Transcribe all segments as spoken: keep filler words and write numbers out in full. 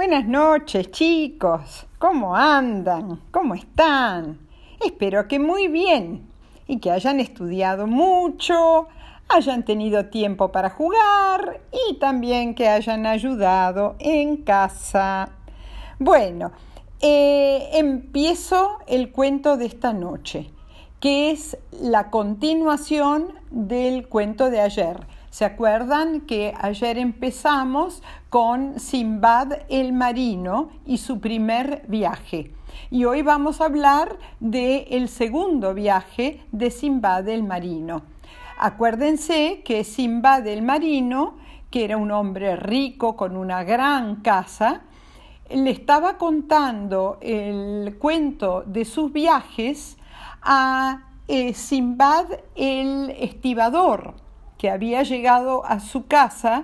Buenas noches, chicos. ¿Cómo andan? ¿Cómo están? Espero que muy bien y que hayan estudiado mucho, hayan tenido tiempo para jugar y también que hayan ayudado en casa. Bueno, eh, empiezo el cuento de esta noche, que es la continuación del cuento de ayer. ¿Se acuerdan que ayer empezamos con Simbad el marino y su primer viaje? Y hoy vamos a hablar del segundo viaje de Simbad el marino. Acuérdense que Simbad el marino, que era un hombre rico con una gran casa, le estaba contando el cuento de sus viajes a eh, Simbad el estibador, que había llegado a su casa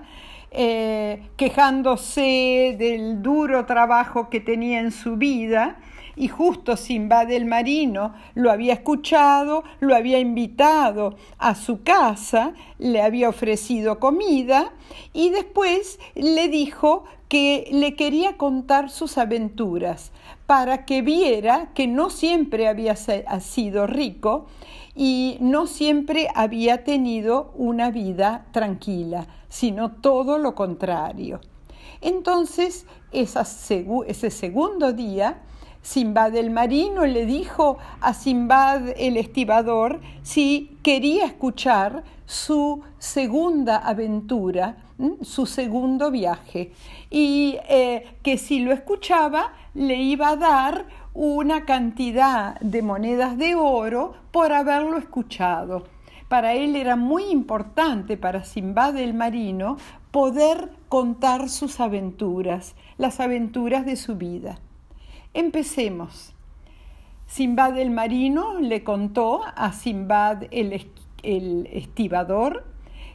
eh, quejándose del duro trabajo que tenía en su vida, y justo Simbad el marino lo había escuchado, lo había invitado a su casa, le había ofrecido comida y después le dijo que le quería contar sus aventuras para que viera que no siempre había sido rico y no siempre había tenido una vida tranquila, sino todo lo contrario. Entonces, esa segu- ese segundo día, Simbad el marino le dijo a Simbad el estibador si quería escuchar su segunda aventura, su segundo viaje, y eh, que si lo escuchaba le iba a dar una cantidad de monedas de oro por haberlo escuchado. Para él era muy importante, para Simbad el marino, poder contar sus aventuras, las aventuras de su vida. Empecemos. Simbad el marino le contó a Simbad el, el estibador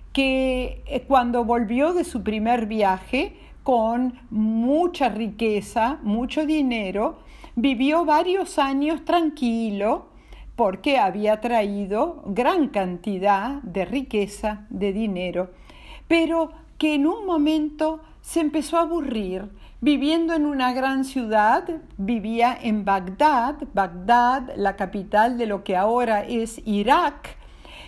que cuando volvió de su primer viaje con mucha riqueza, mucho dinero, vivió varios años tranquilo porque había traído gran cantidad de riqueza, de dinero, pero que en un momento se empezó a aburrir. Viviendo en una gran ciudad, vivía en Bagdad, Bagdad, la capital de lo que ahora es Irak.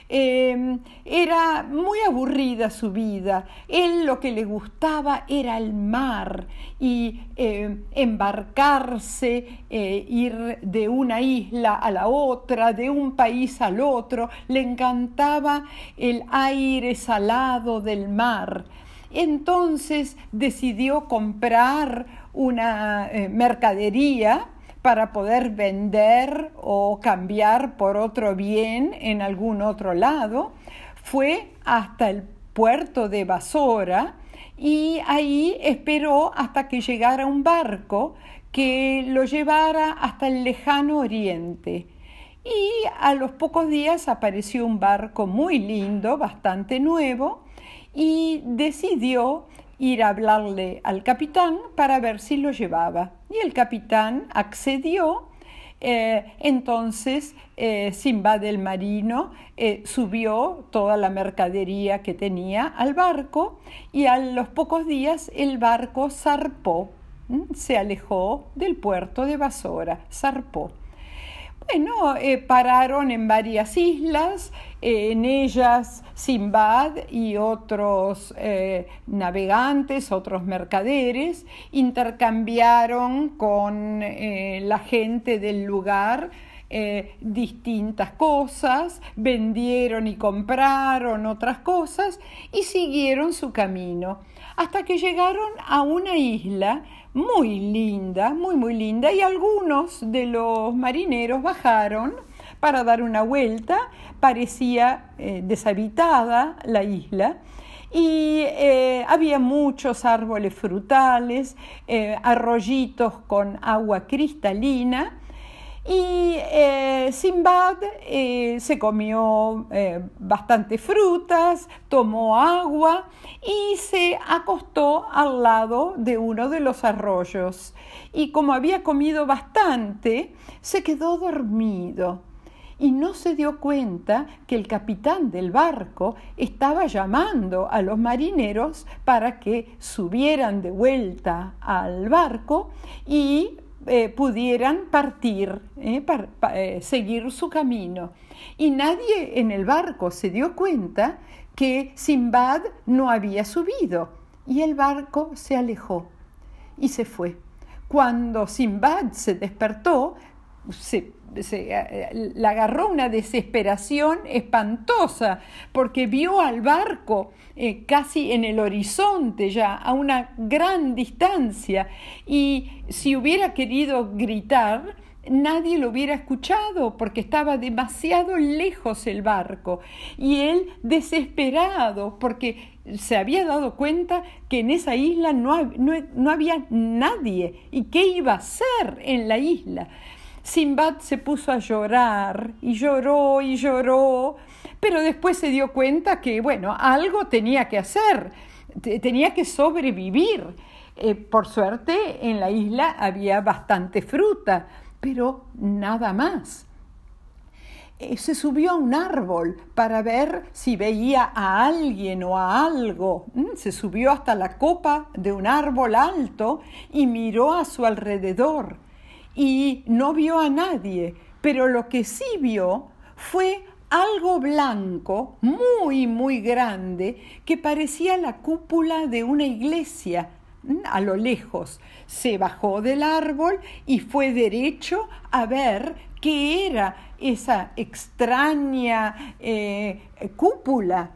Eh, era muy aburrida su vida. Él lo que le gustaba era el mar y eh, embarcarse, eh, ir de una isla a la otra, de un país al otro. Le encantaba el aire salado del mar. Entonces decidió comprar una eh, mercadería para poder vender o cambiar por otro bien en algún otro lado. Fue hasta el puerto de Basora y ahí esperó hasta que llegara un barco que lo llevara hasta el lejano oriente. Y a los pocos días apareció un barco muy lindo, bastante nuevo, y decidió ir a hablarle al capitán para ver si lo llevaba. Y el capitán accedió. Eh, entonces eh, Simbad el marino eh, subió toda la mercadería que tenía al barco y a los pocos días el barco zarpó, ¿m? Se alejó del puerto de Basora, zarpó. Bueno, eh, pararon en varias islas, eh, en ellas Simbad y otros eh, navegantes, otros mercaderes, intercambiaron con eh, la gente del lugar eh, distintas cosas, vendieron y compraron otras cosas y siguieron su camino, hasta que llegaron a una isla muy linda, muy muy linda, y algunos de los marineros bajaron para dar una vuelta. Parecía eh, deshabitada la isla y eh, había muchos árboles frutales, eh, arroyitos con agua cristalina. Y eh, Simbad eh, se comió eh, bastantes frutas, tomó agua y se acostó al lado de uno de los arroyos. Y como había comido bastante, se quedó dormido. y no se dio cuenta que el capitán del barco estaba llamando a los marineros para que subieran de vuelta al barco y eh, pudieran partir, eh, para, para, eh, seguir su camino. Y nadie en el barco se dio cuenta que Simbad no había subido, y el barco se alejó y se fue. Cuando Simbad se despertó, se, se, eh, le agarró una desesperación espantosa, porque vio al barco eh, casi en el horizonte ya, a una gran distancia, y si hubiera querido gritar, nadie lo hubiera escuchado porque estaba demasiado lejos el barco, y él desesperado porque se había dado cuenta que en esa isla no, no, no había nadie, y qué iba a hacer en la isla. Simbad se puso a llorar y lloró y lloró, pero después se dio cuenta que, bueno, algo tenía que hacer, tenía que sobrevivir. Eh, por suerte en la isla había bastante fruta, pero nada más. Eh, se subió a un árbol para ver si veía a alguien o a algo. Mm, se subió hasta la copa de un árbol alto y miró a su alrededor y no vio a nadie, pero lo que sí vio fue algo blanco, muy, muy grande, que parecía la cúpula de una iglesia. A lo lejos se bajó del árbol y fue derecho a ver qué era esa extraña eh, cúpula,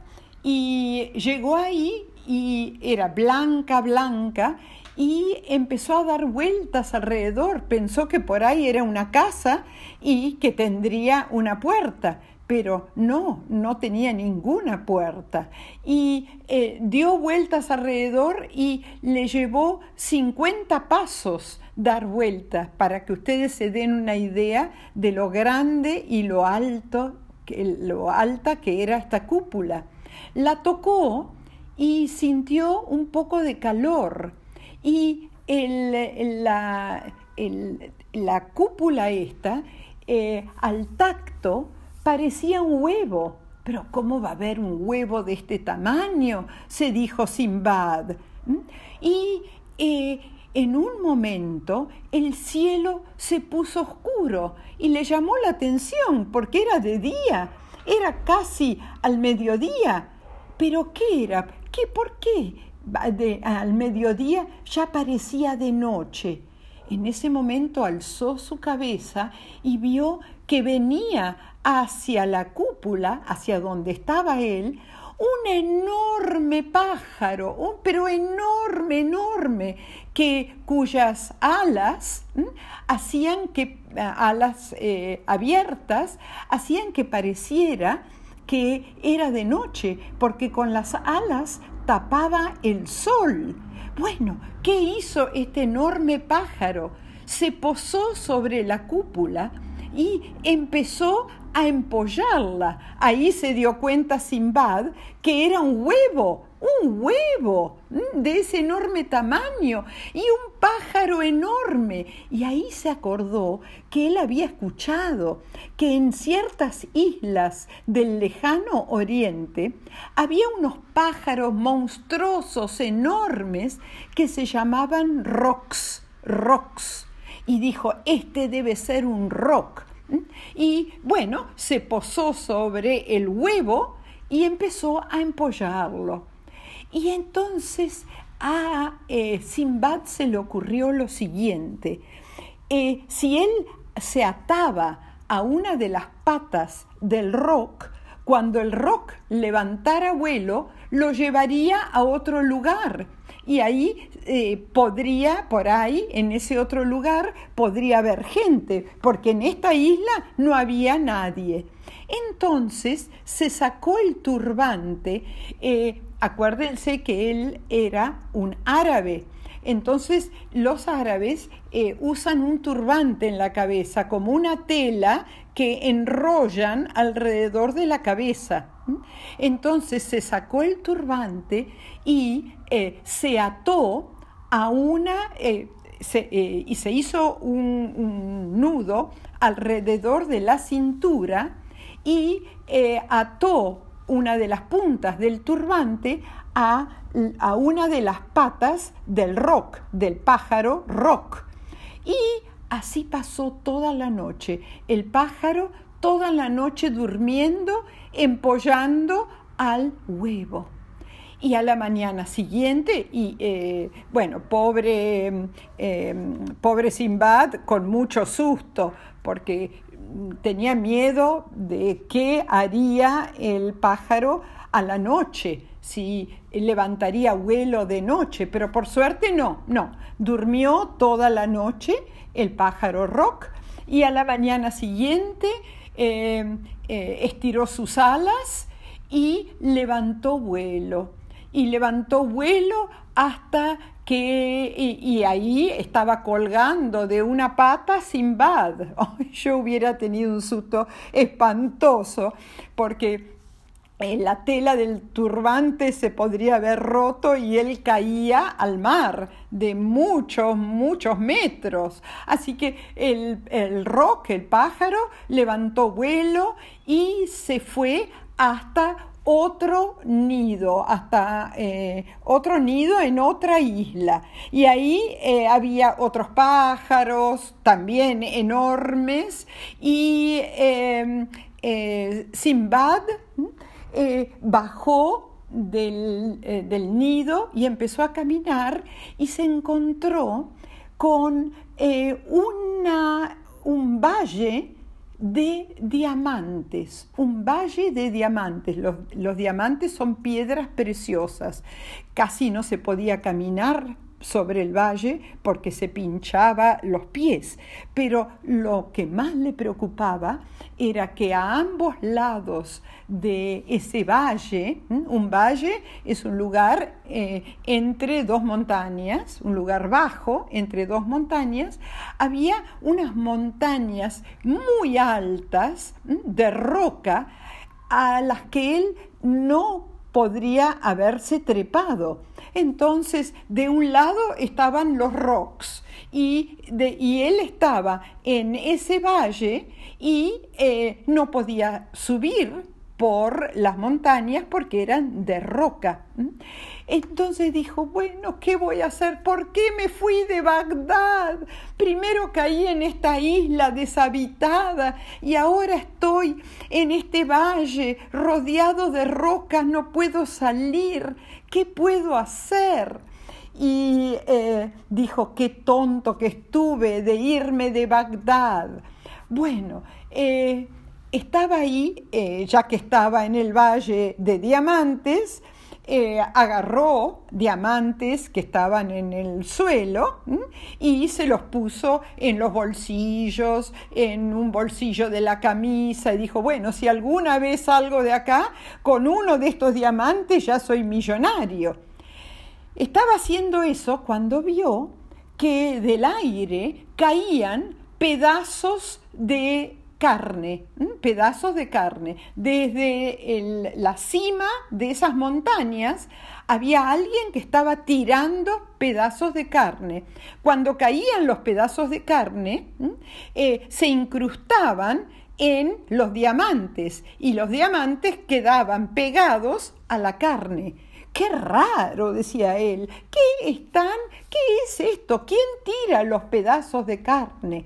y llegó ahí y era blanca, blanca, y empezó a dar vueltas alrededor. Pensó que por ahí era una casa y que tendría una puerta, pero no, no tenía ninguna puerta. Y eh, dio vueltas alrededor y le llevó cincuenta pasos dar vueltas, para que ustedes se den una idea de lo grande y lo alto, lo alta que era esta cúpula. La tocó y sintió un poco de calor, y el, la, el, la cúpula esta, eh, al tacto, parecía un huevo. Pero ¿cómo va a haber un huevo de este tamaño?, se dijo Simbad. Y eh, en un momento el cielo se puso oscuro y le llamó la atención porque era de día, era casi al mediodía. ¿Pero qué era? ¿Qué, por qué de, al mediodía ya parecía de noche? En ese momento alzó su cabeza y vio que venía hacia la cúpula, hacia donde estaba él, un enorme pájaro, un, pero enorme, enorme, que, cuyas alas ¿m? hacían que, alas eh, abiertas, hacían que pareciera que era de noche, porque con las alas tapaba el sol. Bueno, ¿qué hizo este enorme pájaro? Se posó sobre la cúpula y empezó a empollarla. Ahí se dio cuenta Simbad que era un huevo, un huevo de ese enorme tamaño y un pájaro enorme. Y ahí se acordó que él había escuchado que en ciertas islas del lejano oriente había unos pájaros monstruosos, enormes, que se llamaban rocs, rocs. Y dijo, este debe ser un roc. Y bueno, se posó sobre el huevo y empezó a empollarlo. Y entonces a eh, Simbad se le ocurrió lo siguiente. Eh, si él se ataba a una de las patas del roc, cuando el roc levantara vuelo, lo llevaría a otro lugar. Y ahí eh, podría, por ahí, en ese otro lugar, podría haber gente, porque en esta isla no había nadie. Entonces se sacó el turbante. Eh, acuérdense que él era un árabe. Entonces los árabes eh, usan un turbante en la cabeza, como una tela que enrollan alrededor de la cabeza. Entonces se sacó el turbante y eh, se ató a una, eh, se, eh, y se hizo un, un nudo alrededor de la cintura, y eh, ató una de las puntas del turbante a, a una de las patas del roc, del pájaro roc. Y así pasó toda la noche. El pájaro toda la noche durmiendo, empollando al huevo. Y a la mañana siguiente, y eh, bueno, pobre, eh, pobre Simbad con mucho susto, porque tenía miedo de qué haría el pájaro a la noche, si levantaría vuelo de noche, pero por suerte no, no, durmió toda la noche el pájaro roc y a la mañana siguiente eh, eh, estiró sus alas y levantó vuelo. Y levantó vuelo hasta que, y, y ahí estaba colgando de una pata Simbad. Oh, yo hubiera tenido un susto espantoso, porque la tela del turbante se podría haber roto y él caía al mar de muchos, muchos metros. Así que el, el roc, el pájaro, levantó vuelo y se fue hasta otro nido, hasta eh, otro nido en otra isla. Y ahí eh, había otros pájaros también enormes y eh, eh, Simbad eh, bajó del, eh, del nido y empezó a caminar y se encontró con eh, una, un valle de diamantes, un valle de diamantes. Los, los diamantes son piedras preciosas. Casi no se podía caminar sobre el valle porque se pinchaba los pies, pero lo que más le preocupaba era que a ambos lados de ese valle, un valle es un lugar eh, entre dos montañas, un lugar bajo entre dos montañas, había unas montañas muy altas de roca a las que él no podría haberse trepado. Entonces, de un lado estaban los rocs y, de, y él estaba en ese valle y eh, no podía subir por las montañas porque eran de roca. Entonces dijo, bueno, ¿qué voy a hacer? ¿Por qué me fui de Bagdad? Primero caí en esta isla deshabitada y ahora estoy en este valle rodeado de rocas, no puedo salir. ¿Qué puedo hacer? Y eh, dijo, qué tonto que estuve de irme de Bagdad. Bueno, eh, estaba ahí, eh, ya que estaba en el valle de diamantes, eh, agarró diamantes que estaban en el suelo ¿m? y se los puso en los bolsillos, en un bolsillo de la camisa y dijo, bueno, si alguna vez salgo de acá con uno de estos diamantes ya soy millonario. Estaba haciendo eso cuando vio que del aire caían pedazos de carne, pedazos de carne. Desde el, la cima de esas montañas había alguien que estaba tirando pedazos de carne. Cuando caían los pedazos de carne, eh, se incrustaban en los diamantes y los diamantes quedaban pegados a la carne. ¡Qué raro!, decía él. ¿Qué están? ¿Qué es esto? ¿Quién tira los pedazos de carne?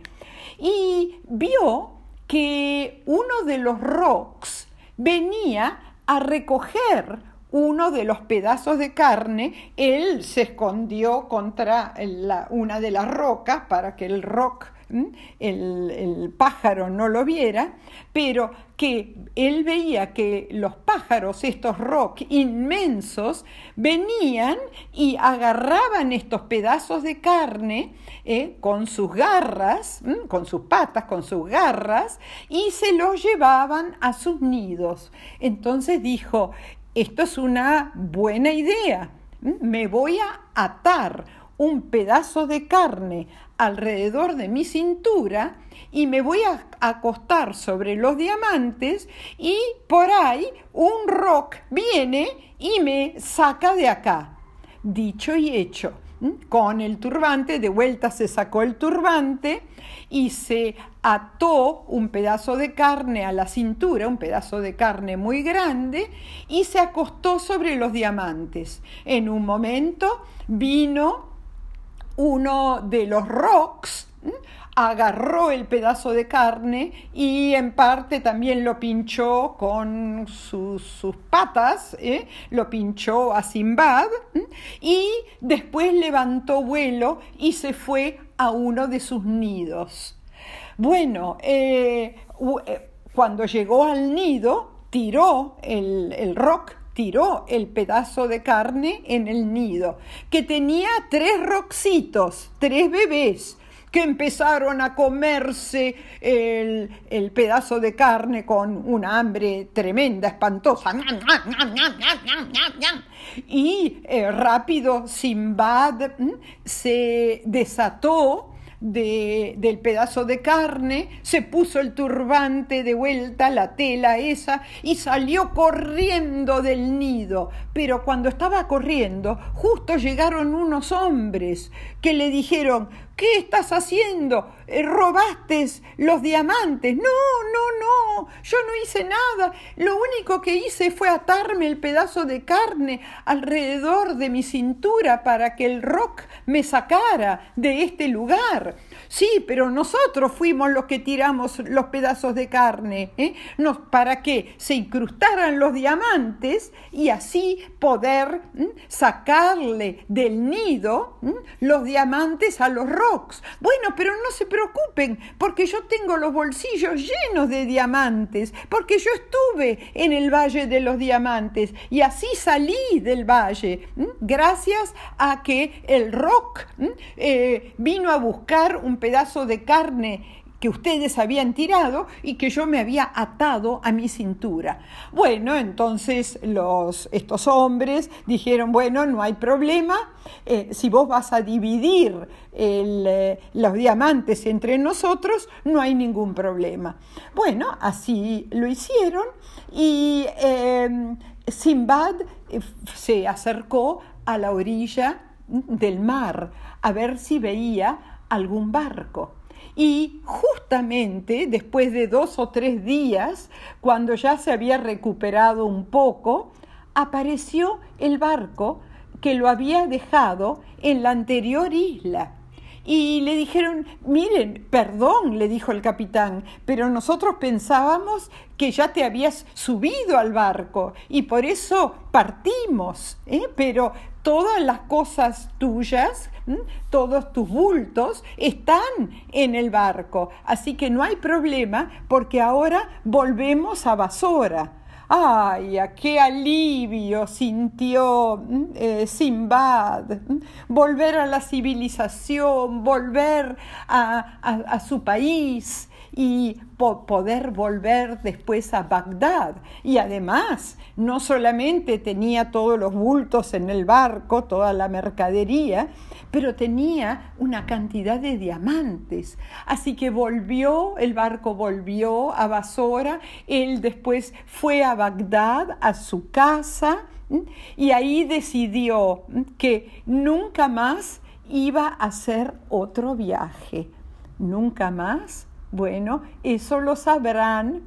Y vio que uno de los rocs venía a recoger uno de los pedazos de carne. Él se escondió contra la, una de las rocas para que el roc, el, el pájaro, no lo viera, pero que él veía que los pájaros, estos rocs inmensos, venían y agarraban estos pedazos de carne eh, con sus garras, ¿m? con sus patas, con sus garras, y se los llevaban a sus nidos. Entonces dijo, esto es una buena idea, me voy a atar un pedazo de carne alrededor de mi cintura y me voy a acostar sobre los diamantes y por ahí un roc viene y me saca de acá. Dicho y hecho, con el turbante, de vuelta se sacó el turbante y se ató un pedazo de carne a la cintura, un pedazo de carne muy grande, y se acostó sobre los diamantes. En un momento vino uno de los Rocs, agarró el pedazo de carne y en parte también lo pinchó con sus, sus patas, ¿eh? Lo pinchó a Simbad, ¿eh? Y después levantó vuelo y se fue a uno de sus nidos. Bueno, eh, cuando llegó al nido, tiró el, el Roc, tiró el pedazo de carne en el nido, que tenía tres roccitos, tres bebés, que empezaron a comerse el, el pedazo de carne con una hambre tremenda, espantosa. Y eh, rápido Simbad se desató De, del pedazo de carne, se puso el turbante de vuelta, la tela esa, y salió corriendo del nido. Pero cuando estaba corriendo, justo llegaron unos hombres que le dijeron: ¿qué estás haciendo? ¿Robaste los diamantes? No, no, no, yo no hice nada. Lo único que hice fue atarme el pedazo de carne alrededor de mi cintura para que el Roc me sacara de este lugar. Sí, pero nosotros fuimos los que tiramos los pedazos de carne, ¿eh? Nos, para que se incrustaran los diamantes y así poder ¿m? sacarle del nido ¿m? los diamantes a los Rocs. Bueno, pero no se preocupen, porque yo tengo los bolsillos llenos de diamantes, porque yo estuve en el Valle de los Diamantes y así salí del valle, ¿m? gracias a que el Roc ¿m? Eh, vino a buscar un pedazo de carne que ustedes habían tirado y que yo me había atado a mi cintura. Bueno, entonces los, estos hombres dijeron: bueno, no hay problema, eh, si vos vas a dividir el, eh, los diamantes entre nosotros, no hay ningún problema. Bueno, así lo hicieron y eh, Simbad eh, se acercó a la orilla del mar a ver si veía algún barco. Y justamente después de dos o tres días, cuando ya se había recuperado un poco, apareció el barco que lo había dejado en la anterior isla. Y le dijeron: miren, perdón, le dijo el capitán, pero nosotros pensábamos que ya te habías subido al barco y por eso partimos, ¿eh? Pero todas las cosas tuyas, ¿m? todos tus bultos están en el barco, así que no hay problema porque ahora volvemos a Basora. ¡Ay, a qué alivio sintió eh, Simbad! Volver a la civilización, volver a, a, a su país y po- poder volver después a Bagdad. Y además, no solamente tenía todos los bultos en el barco, toda la mercadería, pero tenía una cantidad de diamantes. Así que volvió, el barco volvió a Basora, él después fue a Bagdad, a su casa, y ahí decidió que nunca más iba a hacer otro viaje. Nunca más. Bueno, eso lo sabrán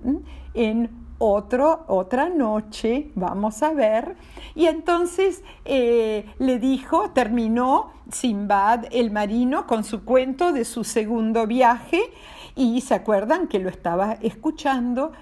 en otro, otra noche, vamos a ver. Y entonces eh, le dijo, terminó Simbad el marino con su cuento de su segundo viaje, y se acuerdan que lo estaba escuchando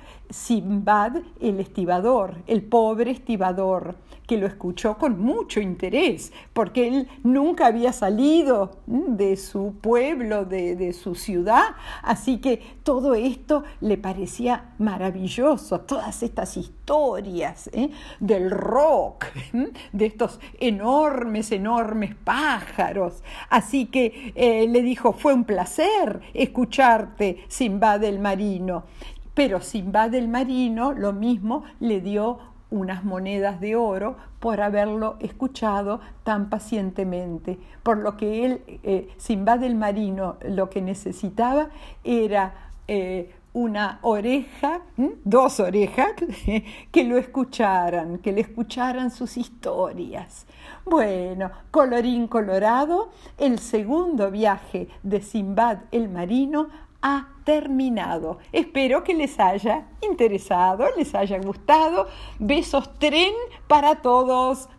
Simbad el estibador, el pobre estibador, que lo escuchó con mucho interés, porque él nunca había salido de su pueblo, de, de su ciudad, así que todo esto le parecía maravilloso, todas estas historias ¿eh? del Roc, ¿eh? de estos enormes, enormes pájaros. Así que eh, le dijo: fue un placer escucharte, Simbad el marino. Pero Simbad el marino, lo mismo, le dio unas monedas de oro por haberlo escuchado tan pacientemente, por lo que él, eh, Simbad el marino, lo que necesitaba era eh, una oreja, ¿m? dos orejas, que lo escucharan, que le escucharan sus historias. Bueno, colorín colorado, el segundo viaje de Simbad el marino ha terminado. Espero que les haya interesado, les haya gustado. Besos tren para todos.